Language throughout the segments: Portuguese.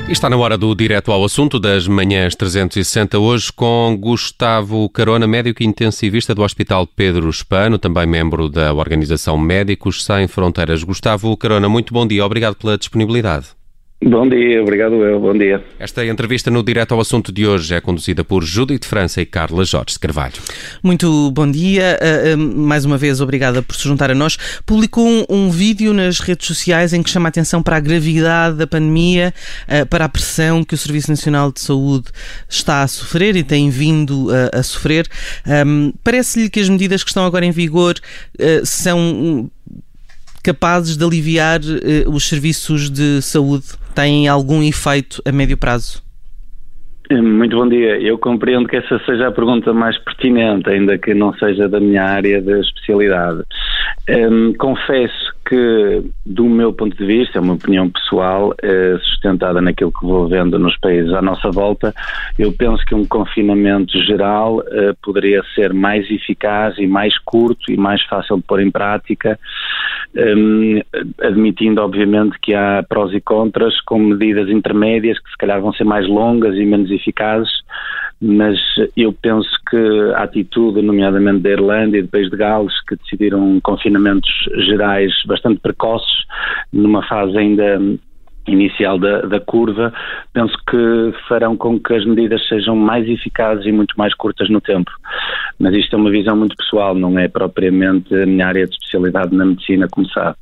E está na hora do Direto ao Assunto das Manhãs 360, hoje com Gustavo Carona, médico intensivista do Hospital Pedro Spano, também membro da organização Médicos Sem Fronteiras. Gustavo Carona, muito bom dia, obrigado pela disponibilidade. Bom dia, obrigado eu, bom dia. Esta entrevista no Direto ao Assunto de hoje é conduzida por Judite França e Carla Jorge de Carvalho. Muito bom dia, mais uma vez obrigada por se juntar a nós. Publicou um vídeo nas redes sociais em que chama a atenção para a gravidade da pandemia, para a pressão que o Serviço Nacional de Saúde está a sofrer e tem vindo a sofrer. Parece-lhe que as medidas que estão agora em vigor são capazes de aliviar os serviços de saúde? Têm algum efeito a médio prazo? Muito bom dia. Eu compreendo que essa seja a pergunta mais pertinente, ainda que não seja da minha área de especialidade. Confesso que, do meu ponto de vista, é uma opinião pessoal, sustentada naquilo que vou vendo nos países à nossa volta, eu penso que um confinamento geral poderia ser mais eficaz e mais curto e mais fácil de pôr em prática, admitindo obviamente que há prós e contras, com medidas intermédias que se calhar vão ser mais longas e menos eficazes, mas eu penso que a atitude, nomeadamente da Irlanda e do país de Gales, que decidiram confinamentos gerais bastante precoces, numa fase ainda inicial da curva, penso que farão com que as medidas sejam mais eficazes e muito mais curtas no tempo. Mas isto é uma visão muito pessoal, não é propriamente a minha área de especialidade na medicina, como sabe.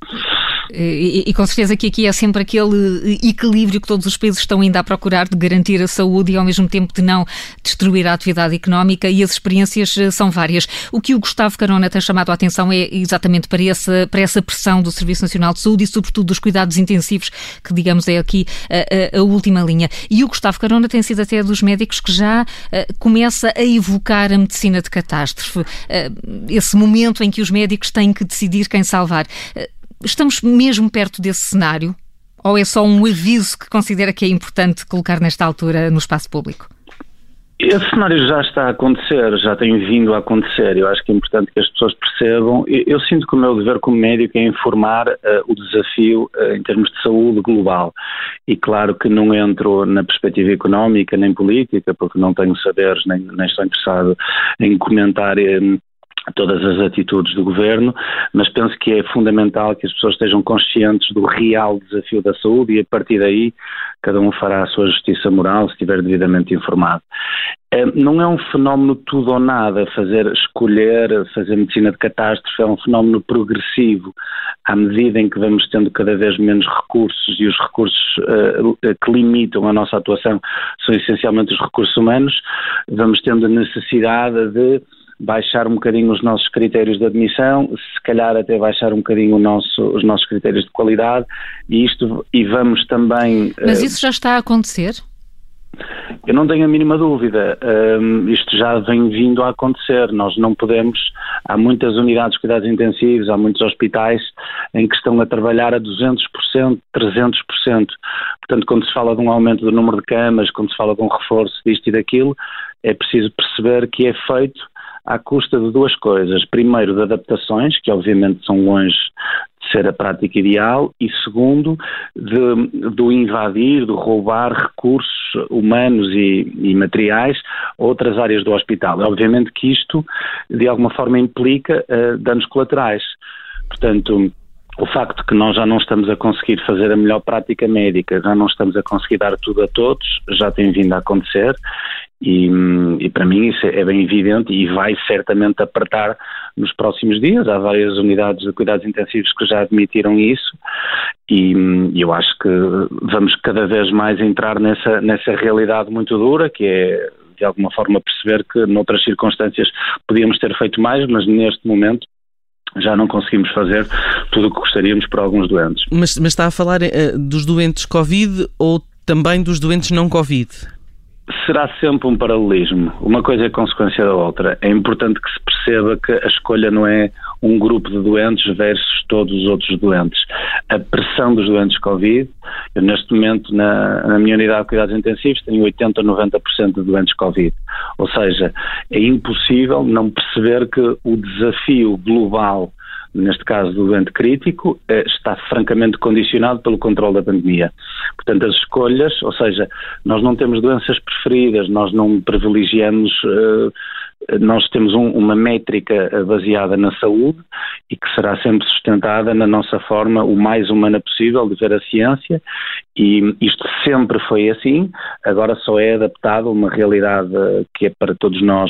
E com certeza que aqui é sempre aquele equilíbrio que todos os países estão ainda a procurar, de garantir a saúde e ao mesmo tempo de não destruir a atividade económica, e as experiências são várias. O que o Gustavo Carona tem chamado a atenção é exatamente para essa pressão do Serviço Nacional de Saúde e sobretudo dos cuidados intensivos, que digamos é aqui a última linha. E o Gustavo Carona tem sido até dos médicos que já começa a evocar a medicina de catástrofe, esse momento em que os médicos têm que decidir quem salvar. Estamos mesmo perto desse cenário? Ou é só um aviso que considera que é importante colocar nesta altura no espaço público? Esse cenário já está a acontecer, já tem vindo a acontecer. Eu acho que é importante que as pessoas percebam. Eu sinto que o meu dever como médico é informar o desafio em termos de saúde global. E claro que não entro na perspectiva económica nem política, porque não tenho saberes, nem estou interessado em comentar todas as atitudes do governo, mas penso que é fundamental que as pessoas estejam conscientes do real desafio da saúde e a partir daí cada um fará a sua justiça moral se estiver devidamente informado. Não é um fenómeno tudo ou nada, fazer medicina de catástrofe, é um fenómeno progressivo. À medida em que vamos tendo cada vez menos recursos e os recursos que limitam a nossa atuação são essencialmente os recursos humanos, vamos tendo a necessidade de baixar um bocadinho os nossos critérios de admissão, se calhar até baixar um bocadinho os nossos critérios de qualidade e vamos também... Mas isso já está a acontecer? Eu não tenho a mínima dúvida, isto já vem vindo a acontecer. Nós não podemos, há muitas unidades de cuidados intensivos, há muitos hospitais em que estão a trabalhar a 200%, 300%. Portanto, quando se fala de um aumento do número de camas, quando se fala de um reforço disto e daquilo, é preciso perceber que é feito à custa de duas coisas. Primeiro, de adaptações, que obviamente são longe de ser a prática ideal, e segundo, do invadir, do roubar recursos humanos e materiais a outras áreas do hospital. Obviamente que isto, de alguma forma, implica danos colaterais. Portanto, o facto de que nós já não estamos a conseguir fazer a melhor prática médica, já não estamos a conseguir dar tudo a todos, já tem vindo a acontecer e para mim isso é bem evidente e vai certamente apertar nos próximos dias. Há várias unidades de cuidados intensivos que já admitiram isso e eu acho que vamos cada vez mais entrar nessa realidade muito dura, que é de alguma forma perceber que noutras circunstâncias podíamos ter feito mais, mas neste momento já não conseguimos fazer tudo o que gostaríamos para alguns doentes. Mas está a falar dos doentes Covid ou também dos doentes não Covid? Será sempre um paralelismo. Uma coisa é consequência da outra. É importante que se perceba que a escolha não é um grupo de doentes versus todos os outros doentes. A pressão dos doentes Covid, eu neste momento na minha unidade de cuidados intensivos tenho 80% ou 90% de doentes Covid. Ou seja, é impossível não perceber que o desafio global neste caso do doente crítico, está francamente condicionado pelo controle da pandemia. Portanto, as escolhas, ou seja, nós não temos doenças preferidas, nós não privilegiamos, nós temos uma métrica baseada na saúde e que será sempre sustentada na nossa forma o mais humana possível de ver a ciência, e isto sempre foi assim, agora só é adaptado a uma realidade que é para todos nós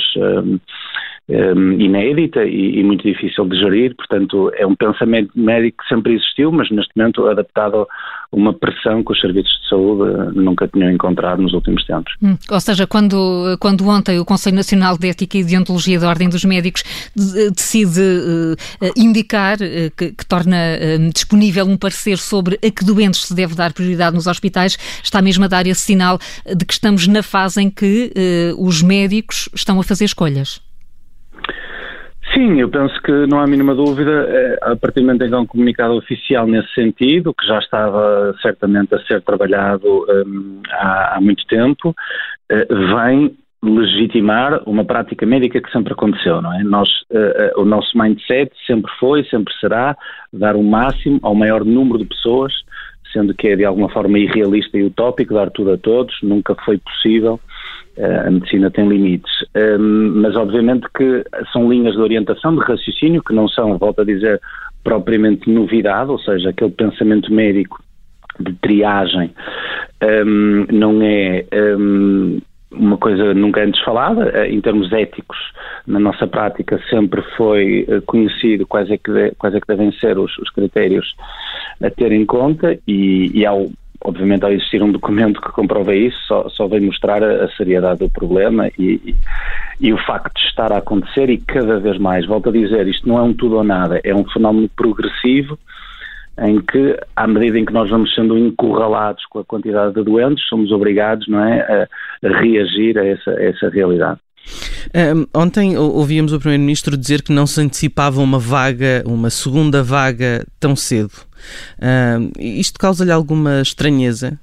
inédita e muito difícil de gerir. Portanto, é um pensamento médico que sempre existiu, mas neste momento adaptado a uma pressão que os serviços de saúde nunca tinham encontrado nos últimos tempos. Ou seja, quando ontem o Conselho Nacional de Ética e Deontologia da Ordem dos Médicos decide indicar que torna disponível um parecer sobre a que doentes se deve dar prioridade nos hospitais, está mesmo a dar esse sinal de que estamos na fase em que os médicos estão a fazer escolhas. Sim, eu penso que não há a mínima dúvida, a partir do momento em que há um comunicado oficial nesse sentido, que já estava certamente a ser trabalhado há muito tempo, vem legitimar uma prática médica que sempre aconteceu, não é? O nosso mindset sempre foi, sempre será, dar o máximo ao maior número de pessoas, sendo que é de alguma forma irrealista e utópico dar tudo a todos, nunca foi possível. A medicina tem limites, mas obviamente que são linhas de orientação, de raciocínio, que não são, volto a dizer, propriamente novidade, ou seja, aquele pensamento médico de triagem não é uma coisa nunca antes falada. Em termos éticos, na nossa prática sempre foi conhecido quais é que devem ser os critérios a ter em conta, e obviamente, ao existir um documento que comprova isso, só vem mostrar a seriedade do problema e o facto de estar a acontecer, e cada vez mais, volto a dizer, isto não é um tudo ou nada, é um fenómeno progressivo em que, à medida em que nós vamos sendo encurralados com a quantidade de doentes, somos obrigados, não é, a reagir a essa realidade. Ontem ouvíamos o Primeiro-Ministro dizer que não se antecipava uma segunda vaga tão cedo. Isto causa-lhe alguma estranheza?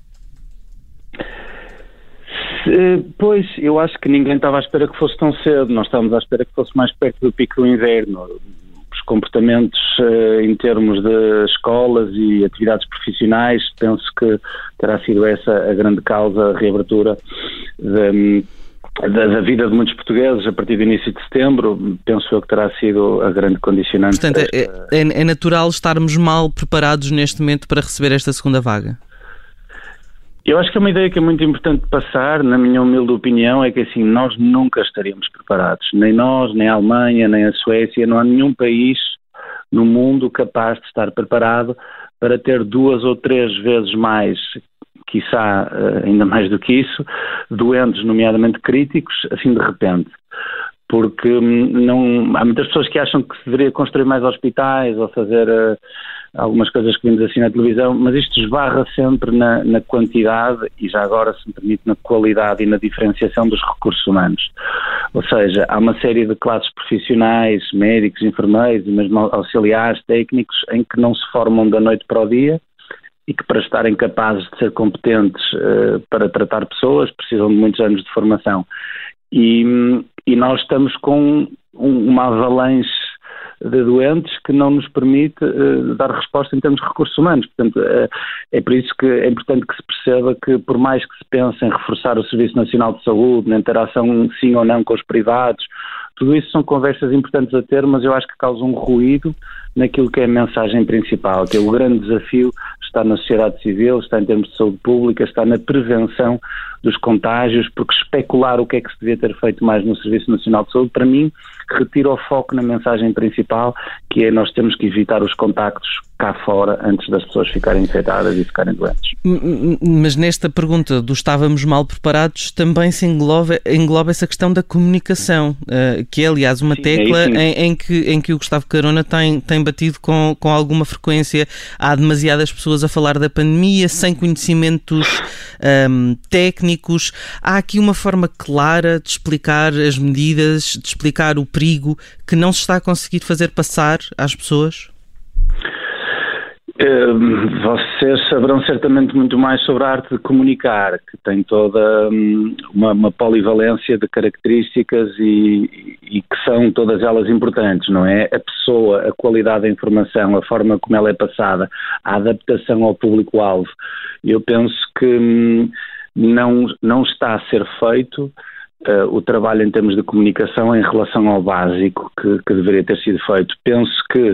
Pois, eu acho que ninguém estava à espera que fosse tão cedo. Nós estávamos à espera que fosse mais perto do pico do inverno. Os comportamentos em termos de escolas e atividades profissionais, penso que terá sido essa a grande causa, a reabertura da vida de muitos portugueses a partir do início de setembro. Penso eu que terá sido a grande condicionante. Portanto, é natural estarmos mal preparados neste momento para receber esta segunda vaga? Eu acho que é uma ideia que é muito importante passar, na minha humilde opinião, é que assim, nós nunca estaríamos preparados. Nem nós, nem a Alemanha, nem a Suécia, não há nenhum país no mundo capaz de estar preparado para ter 2 ou 3 vezes mais, quiçá ainda mais do que isso, doentes, nomeadamente críticos, assim de repente. Porque há muitas pessoas que acham que se deveria construir mais hospitais ou fazer algumas coisas que vimos assim na televisão, mas isto esbarra sempre na quantidade e, já agora, se me permite, na qualidade e na diferenciação dos recursos humanos. Ou seja, há uma série de classes profissionais, médicos, enfermeiros e mesmo auxiliares, técnicos, em que não se formam da noite para o dia, e que, para estarem capazes de ser competentes para tratar pessoas, precisam de muitos anos de formação. E nós estamos com uma avalanche de doentes que não nos permite dar resposta em termos de recursos humanos. Portanto, é por isso que é importante que se perceba que, por mais que se pense em reforçar o Serviço Nacional de Saúde, na interação sim ou não com os privados, tudo isso são conversas importantes a ter, mas eu acho que causam um ruído naquilo que é a mensagem principal, que é o grande desafio está na sociedade civil, está em termos de saúde pública, está na prevenção dos contágios, porque especular o que é que se devia ter feito mais no Serviço Nacional de Saúde, para mim, retira o foco na mensagem principal, que é nós temos que evitar os contactos cá fora antes das pessoas ficarem infectadas e ficarem doentes. Mas nesta pergunta do estávamos mal preparados também se engloba essa questão da comunicação, que é aliás uma tecla em que o Gustavo Carona tem batido com alguma frequência. Há demasiadas pessoas a falar da pandemia sem conhecimentos técnicos. Há aqui uma forma clara de explicar as medidas, de explicar o perigo que não se está a conseguir fazer passar às pessoas? Vocês saberão certamente muito mais sobre a arte de comunicar, que tem toda uma polivalência de características e que são todas elas importantes, não é? A pessoa, a qualidade da informação, a forma como ela é passada, a adaptação ao público-alvo. Eu penso que não está a ser feito o trabalho em termos de comunicação em relação ao básico que deveria ter sido feito. Penso que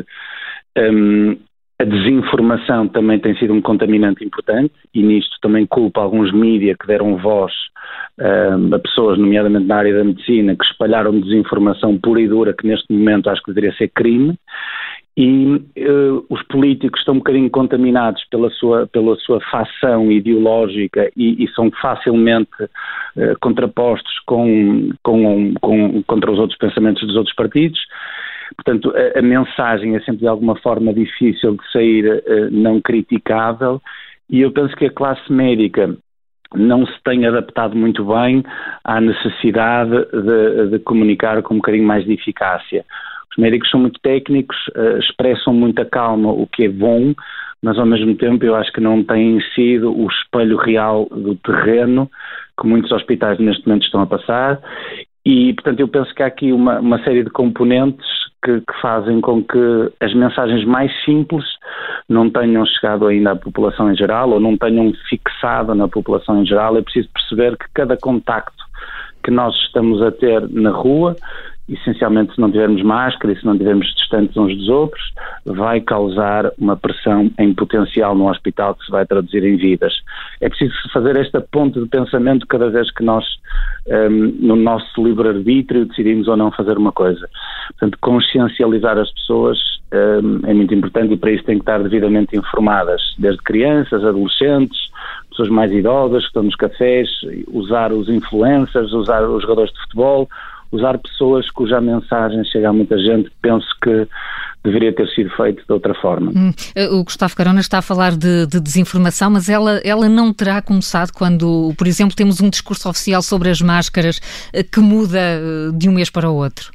a desinformação também tem sido um contaminante importante e nisto também culpo alguns mídias que deram voz a pessoas, nomeadamente na área da medicina, que espalharam desinformação pura e dura, que neste momento acho que deveria ser crime, e os políticos estão um bocadinho contaminados pela sua facção ideológica e são facilmente contrapostos contra os outros pensamentos dos outros partidos. Portanto, a mensagem é sempre de alguma forma difícil de sair não criticável, e eu penso que a classe médica não se tem adaptado muito bem à necessidade de comunicar com um bocadinho mais de eficácia. Os médicos são muito técnicos, expressam muita calma, o que é bom, mas ao mesmo tempo eu acho que não têm sido o espelho real do terreno que muitos hospitais neste momento estão a passar. E, portanto, eu penso que há aqui uma série de componentes que fazem com que as mensagens mais simples não tenham chegado ainda à população em geral ou não tenham fixado na população em geral. É preciso perceber que cada contacto que nós estamos a ter na rua, essencialmente se não tivermos máscara e se não estivermos distantes uns dos outros, vai causar uma pressão em potencial no hospital que se vai traduzir em vidas. É preciso fazer esta ponte de pensamento cada vez que nós, no nosso livre-arbítrio, decidimos ou não fazer uma coisa. Portanto, consciencializar as pessoas é muito importante e para isso têm que estar devidamente informadas, desde crianças, adolescentes, pessoas mais idosas que estão nos cafés, usar os influencers, usar os jogadores de futebol, usar pessoas cuja mensagem chega a muita gente. Penso que deveria ter sido feito de outra forma. O Gustavo Carona está a falar de desinformação, mas ela não terá começado quando, por exemplo, temos um discurso oficial sobre as máscaras que muda de um mês para o outro?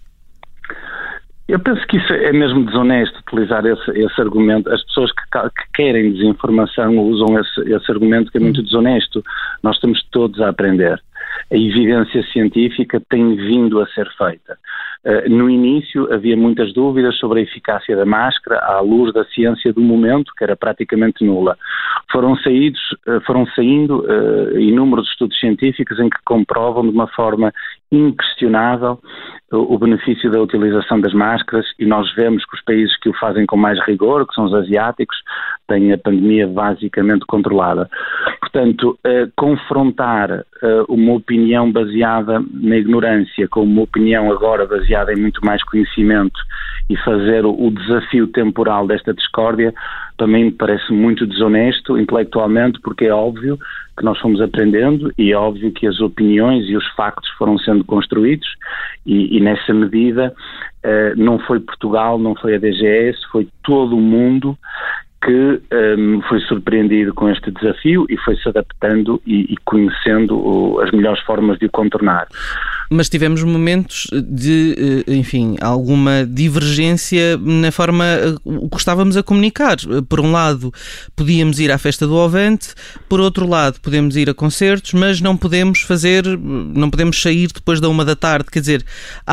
Eu penso que isso é mesmo desonesto, utilizar esse argumento. As pessoas que querem desinformação usam esse argumento que é muito desonesto. Nós estamos todos a aprender. A evidência científica tem vindo a ser feita. No início havia muitas dúvidas sobre a eficácia da máscara à luz da ciência do momento, que era praticamente nula. Foram saindo inúmeros estudos científicos em que comprovam de uma forma inquestionável o benefício da utilização das máscaras, e nós vemos que os países que o fazem com mais rigor, que são os asiáticos, têm a pandemia basicamente controlada. Portanto, confrontar uma opinião baseada na ignorância com uma opinião agora baseada em muito mais conhecimento e fazer o desafio temporal desta discórdia também me parece muito desonesto intelectualmente, porque é óbvio que nós fomos aprendendo e é óbvio que as opiniões e os factos foram sendo construídos e nessa medida não foi Portugal, não foi a DGS, foi todo o mundo que foi surpreendido com este desafio e foi-se adaptando e conhecendo as melhores formas de o contornar. Mas tivemos momentos de, enfim, alguma divergência na forma que estávamos a comunicar. Por um lado, podíamos ir à festa do Ovante, por outro lado, podemos ir a concertos, mas não podemos sair depois da 1 da tarde. Quer dizer,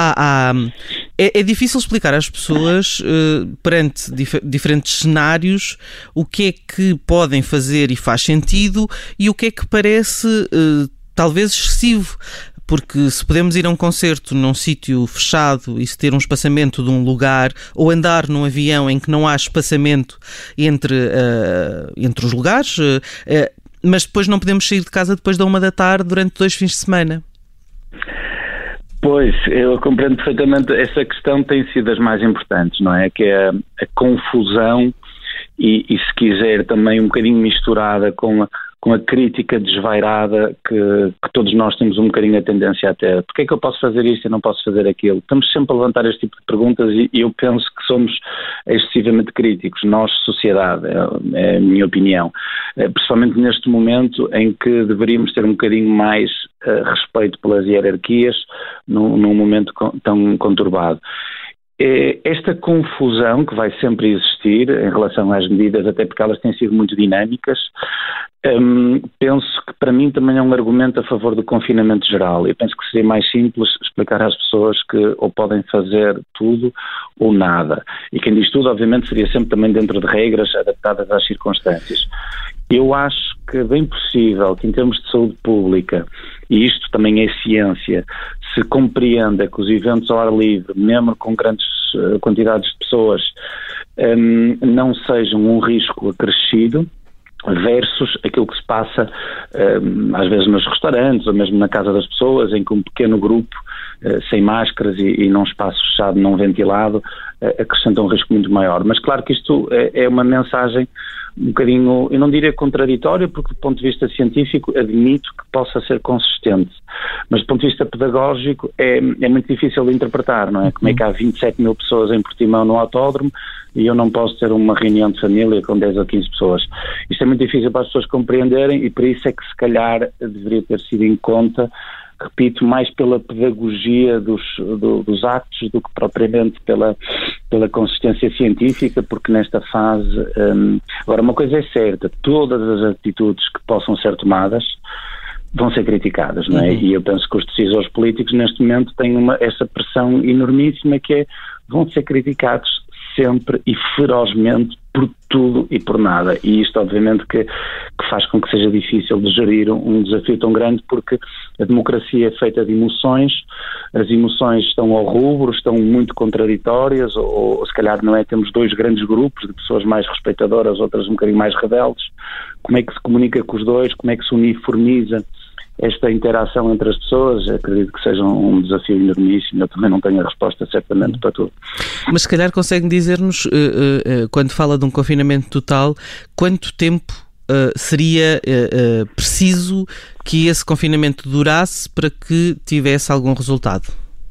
é difícil explicar às pessoas, perante diferentes cenários, o que é que podem fazer e faz sentido e o que é que parece talvez excessivo. Porque se podemos ir a um concerto num sítio fechado e se ter um espaçamento de um lugar, ou andar num avião em que não há espaçamento entre os lugares, mas depois não podemos sair de casa depois da 1 da tarde durante 2 fins de semana. Pois, eu compreendo perfeitamente. Essa questão tem sido das mais importantes, não é? Que é a confusão e se quiser também um bocadinho misturada com a crítica desvairada que todos nós temos um bocadinho a tendência a ter. Porquê é que eu posso fazer isto e não posso fazer aquilo? Estamos sempre a levantar este tipo de perguntas e eu penso que somos excessivamente críticos, nós, sociedade, é a minha opinião. Principalmente neste momento em que deveríamos ter um bocadinho mais respeito pelas hierarquias num momento tão conturbado. esta confusão que vai sempre existir em relação às medidas, até porque elas têm sido muito dinâmicas, penso que para mim também é um argumento a favor do confinamento geral. Eu penso que seria mais simples explicar às pessoas que ou podem fazer tudo ou nada. E quem diz tudo, obviamente, seria sempre também dentro de regras adaptadas às circunstâncias. Eu acho que é bem possível que, em termos de saúde pública, e isto também é ciência, se compreenda que os eventos ao ar livre, mesmo com grandes quantidades de pessoas, não sejam um risco acrescido, versus aquilo que se passa às vezes nos restaurantes ou mesmo na casa das pessoas, em que um pequeno grupo sem máscaras e num espaço fechado, não ventilado, acrescenta um risco muito maior. Mas claro que isto é uma mensagem um bocadinho, eu não diria contraditória, porque do ponto de vista científico admito que possa ser consistente, mas do ponto de vista pedagógico é muito difícil de interpretar, não é? Como é que há 27 mil pessoas em Portimão no autódromo e eu não posso ter uma reunião de família com 10 ou 15 pessoas? Isto é muito difícil para as pessoas compreenderem e por isso é que se calhar deveria ter sido em conta, repito, mais pela pedagogia dos actos do que propriamente pela consistência científica, porque nesta fase, agora uma coisa é certa, todas as atitudes que possam ser tomadas vão ser criticadas, não é? E eu penso que os decisores políticos neste momento têm essa pressão enormíssima que vão ser criticados sempre e ferozmente por tudo e por nada, e isto obviamente que faz com que seja difícil de gerir um desafio tão grande, porque a democracia é feita de emoções, as emoções estão ao rubro, estão muito contraditórias, ou se calhar não é, temos dois grandes grupos de pessoas mais respeitadoras, outras um bocadinho mais rebeldes. Como é que se comunica com os dois, como é que se uniformiza esta interação entre as pessoas? Acredito que seja um desafio enormíssimo. Eu também não tenho a resposta certamente para tudo. Mas se calhar consegue dizer-nos, quando fala de um confinamento total, quanto tempo seria preciso que esse confinamento durasse para que tivesse algum resultado?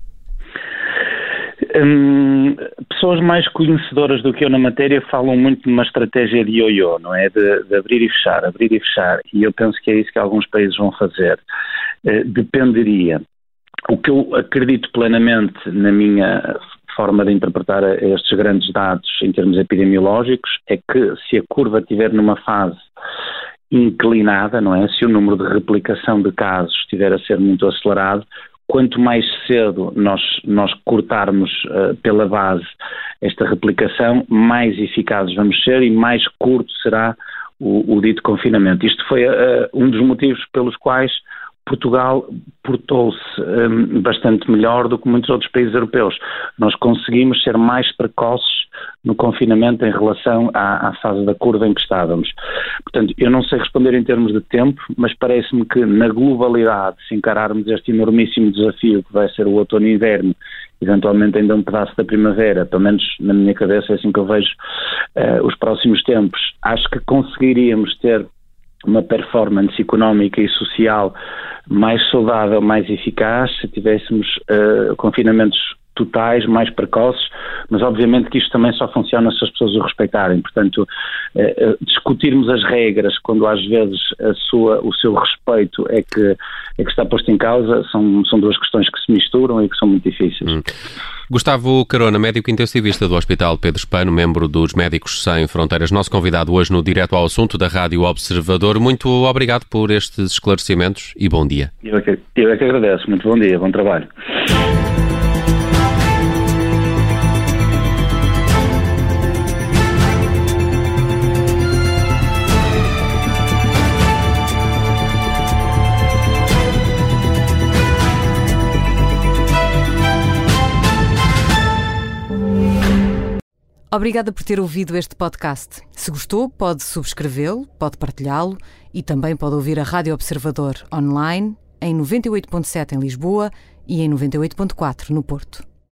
Pessoas mais conhecedoras do que eu na matéria falam muito de uma estratégia de ioiô, não é? De abrir e fechar, e eu penso que é isso que alguns países vão fazer. Dependeria. O que eu acredito plenamente na minha forma de interpretar estes grandes dados em termos epidemiológicos é que se a curva estiver numa fase inclinada, não é? Se o número de replicação de casos estiver a ser muito acelerado, quanto mais cedo nós cortarmos pela base esta replicação, mais eficazes vamos ser e mais curto será o dito confinamento. Isto foi um dos motivos pelos quais Portugal portou-se bastante melhor do que muitos outros países europeus. Nós conseguimos ser mais precoces no confinamento em relação à fase da curva em que estávamos. Portanto, eu não sei responder em termos de tempo, mas parece-me que na globalidade, se encararmos este enormíssimo desafio que vai ser o outono e inverno, eventualmente ainda um pedaço da primavera, pelo menos na minha cabeça é assim que eu vejo os próximos tempos, acho que conseguiríamos ter uma performance económica e social mais saudável, mais eficaz, se tivéssemos confinamentos totais, mais precoces, mas obviamente que isto também só funciona se as pessoas o respeitarem. Portanto, discutirmos as regras quando às vezes o seu respeito é que está posto em causa, são duas questões que se misturam e que são muito difíceis. Gustavo Carona, médico intensivista do Hospital Pedro Spano, membro dos Médicos Sem Fronteiras, nosso convidado hoje no Direto ao Assunto da Rádio Observador. Muito obrigado por estes esclarecimentos e bom dia. Eu é que agradeço. Muito bom dia, bom trabalho. Obrigada por ter ouvido este podcast. Se gostou, pode subscrevê-lo, pode partilhá-lo e também pode ouvir a Rádio Observador online em 98.7 em Lisboa e em 98.4 no Porto.